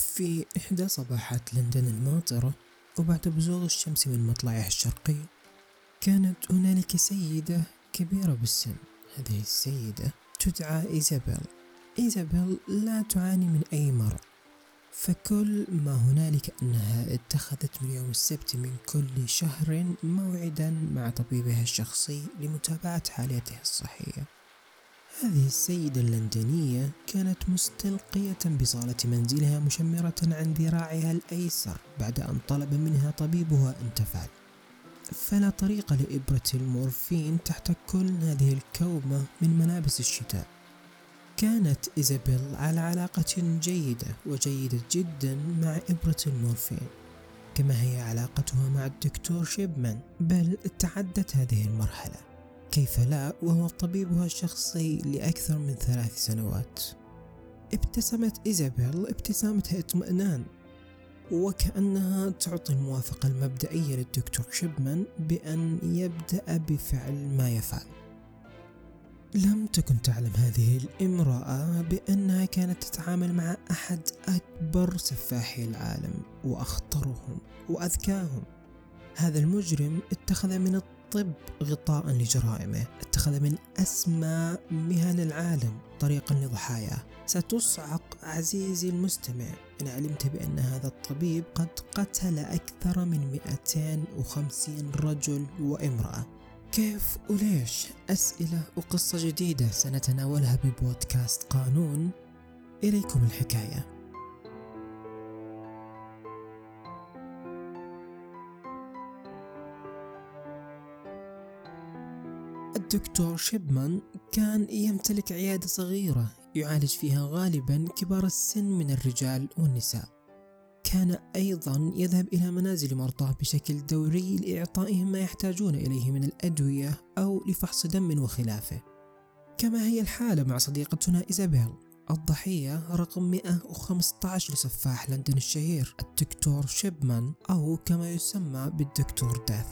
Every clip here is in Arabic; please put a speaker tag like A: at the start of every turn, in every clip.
A: في إحدى صباحات لندن الماطرة، وبعد بزوغ الشمس من مطلعها الشرقي، كانت هنالك سيدة كبيرة بالسن. هذه السيدة تدعى إيزابيل. إيزابيل لا تعاني من أي مرض، فكل ما هنالك أنها اتخذت من يوم السبت من كل شهر موعدا مع طبيبها الشخصي لمتابعة حالتها الصحية. هذه السيدة اللندنية كانت مستلقية بصالة منزلها مشمرة عن ذراعها الأيسر بعد أن طلب منها طبيبها أن تفعل، فلا طريق لإبرة المورفين تحت كل هذه الكومة من ملابس الشتاء. كانت إيزابيل على علاقة جيدة جدا مع إبرة المورفين، كما هي علاقتها مع الدكتور شيبمان، بل تعدت هذه المرحلة، كيف لا وهو طبيبها الشخصي لأكثر من 3 سنوات. ابتسمت إيزابيل ابتسامة اطمئنان، وكأنها تعطي الموافقة المبدئية للدكتور شيبمان بأن يبدأ بفعل ما يفعل. لم تكن تعلم هذه الامرأة بأنها كانت تتعامل مع أحد أكبر سفاحي العالم وأخطرهم وأذكاهم. هذا المجرم اتخذ من الطب غطاء لجرائمه، اتخذ من أسمى مهن العالم طريقا لضحاياه. ستصعق عزيزي المستمع إن علمت بأن هذا الطبيب قد قتل أكثر من 250 رجل وامرأة. كيف وليش؟ أسئلة وقصة جديدة سنتناولها ببودكاست قانون. إليكم الحكاية. الدكتور شيبمان كان يمتلك عيادة صغيرة يعالج فيها غالبا كبار السن من الرجال والنساء. كان أيضا يذهب إلى منازل مرضاه بشكل دوري لإعطائهم ما يحتاجون إليه من الأدوية أو لفحص دم وخلافه. كما هي الحالة مع صديقتنا إيزابيل، الضحية رقم 115 لسفاح لندن الشهير الدكتور شيبمان، أو كما يسمى بالدكتور داث.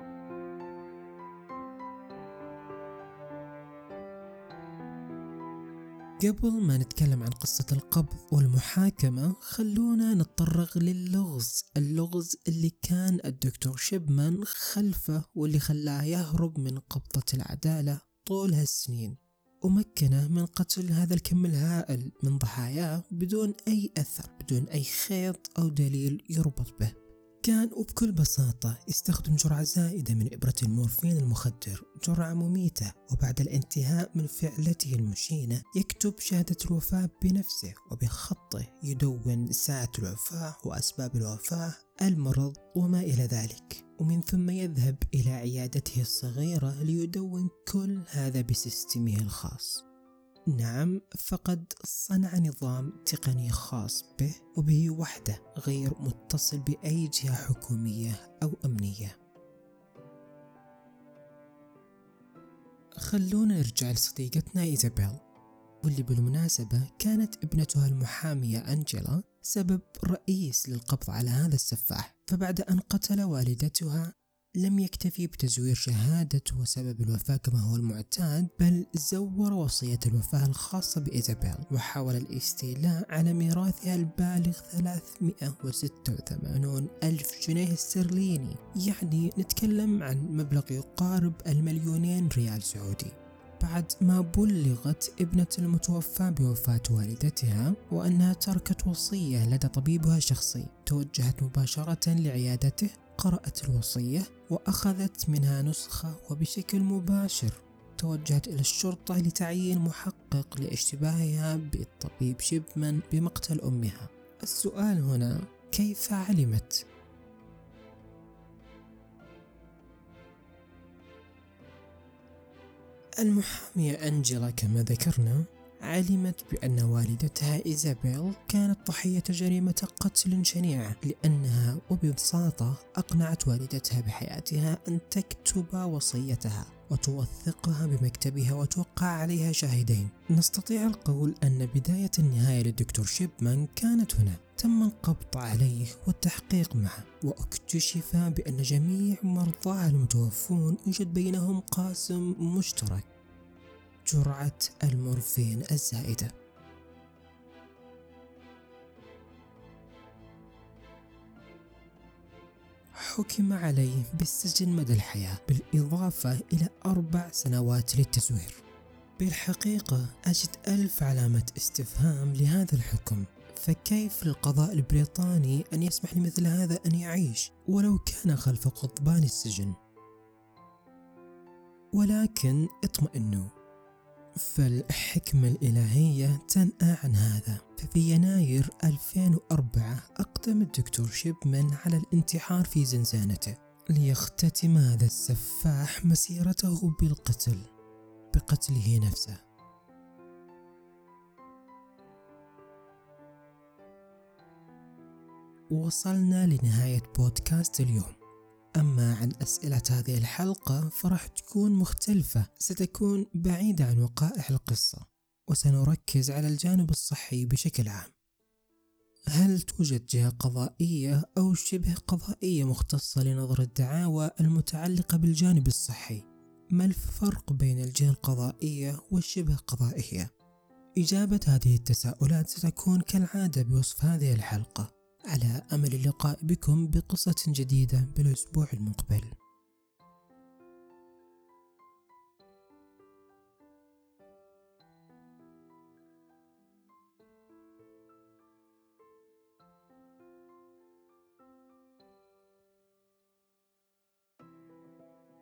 A: قبل ما نتكلم عن قصة القبض والمحاكمة، خلونا نتطرق اللغز اللي كان الدكتور شيبمان خلفه، واللي خلاه يهرب من قبضة العدالة طول هالسنين، ومكنه من قتل هذا الكم الهائل من ضحاياه بدون أي أثر، بدون أي خيط أو دليل يربط به. كان وبكل بساطة يستخدم جرعة زائدة من إبرة المورفين المخدر، جرعة مميتة، وبعد الانتهاء من فعلته المشينة يكتب شهادة الوفاة بنفسه وبخطه، يدون ساعة الوفاة وأسباب الوفاة، المرض وما إلى ذلك، ومن ثم يذهب إلى عيادته الصغيرة ليدون كل هذا بسيستمه الخاص. نعم، فقد صنع نظام تقني خاص به وبه وحده، غير متصل بأي جهة حكومية أو أمنية. خلونا نرجع لصديقتنا إيزابيل، واللي بالمناسبة كانت ابنتها المحامية أنجيلا سبب رئيس للقبض على هذا السفاح. فبعد أن قتل والدتها لم يكتفي بتزوير شهادة وسبب الوفاة كما هو المعتاد، بل زور وصية الوفاة الخاصة بإيزابيل، وحاول الاستيلاء على ميراثها البالغ 386 ألف جنيه استرليني، يعني نتكلم عن مبلغ يقارب 2,000,000 ريال سعودي. بعد ما بلغت ابنة المتوفى بوفاة والدتها وأنها تركت وصية لدى طبيبها الشخصي، توجهت مباشرة لعيادته، قرأت الوصية وأخذت منها نسخة، وبشكل مباشر توجهت إلى الشرطة لتعيين محقق لاشتباهها بالطبيب شيبمان بمقتل أمها. السؤال هنا، كيف علمت؟ المحامية أنجيلا كما ذكرنا علمت بأن والدتها إيزابيل كانت ضحية جريمة قتل شنيعة، لأنها وببساطة أقنعت والدتها بحياتها أن تكتب وصيتها وتوثقها بمكتبها وتوقع عليها شاهدين. نستطيع القول أن بداية النهاية للدكتور شيبمان كانت هنا. تم القبض عليه والتحقيق معه، واكتشف بأن جميع مرضاه المتوفون يوجد بينهم قاسم مشترك: جرعة المورفين الزائدة. حكم عليه بالسجن مدى الحياة بالإضافة إلى 4 سنوات للتزوير. بالحقيقة أجد 1000 علامة استفهام لهذا الحكم، فكيف للقضاء البريطاني أن يسمح لمثل هذا أن يعيش ولو كان خلف قضبان السجن؟ ولكن اطمئنوا، فالحكمة الإلهية تنأى عن هذا. ففي يناير 2004 أقدم الدكتور شيبمان على الانتحار في زنزانته ليختتم هذا السفاح مسيرته بقتله نفسه. وصلنا لنهاية بودكاست اليوم. أما عن أسئلة هذه الحلقة فراح تكون مختلفة، ستكون بعيدة عن وقائع القصة، وسنركز على الجانب الصحي بشكل عام. هل توجد جهة قضائية أو شبه قضائية مختصة لنظر الدعاوى المتعلقة بالجانب الصحي؟ ما الفرق بين الجهة القضائية والشبه قضائية؟ إجابة هذه التساؤلات ستكون كالعادة بوصف هذه الحلقة، على أمل اللقاء بكم بقصة جديدة بالأسبوع المقبل.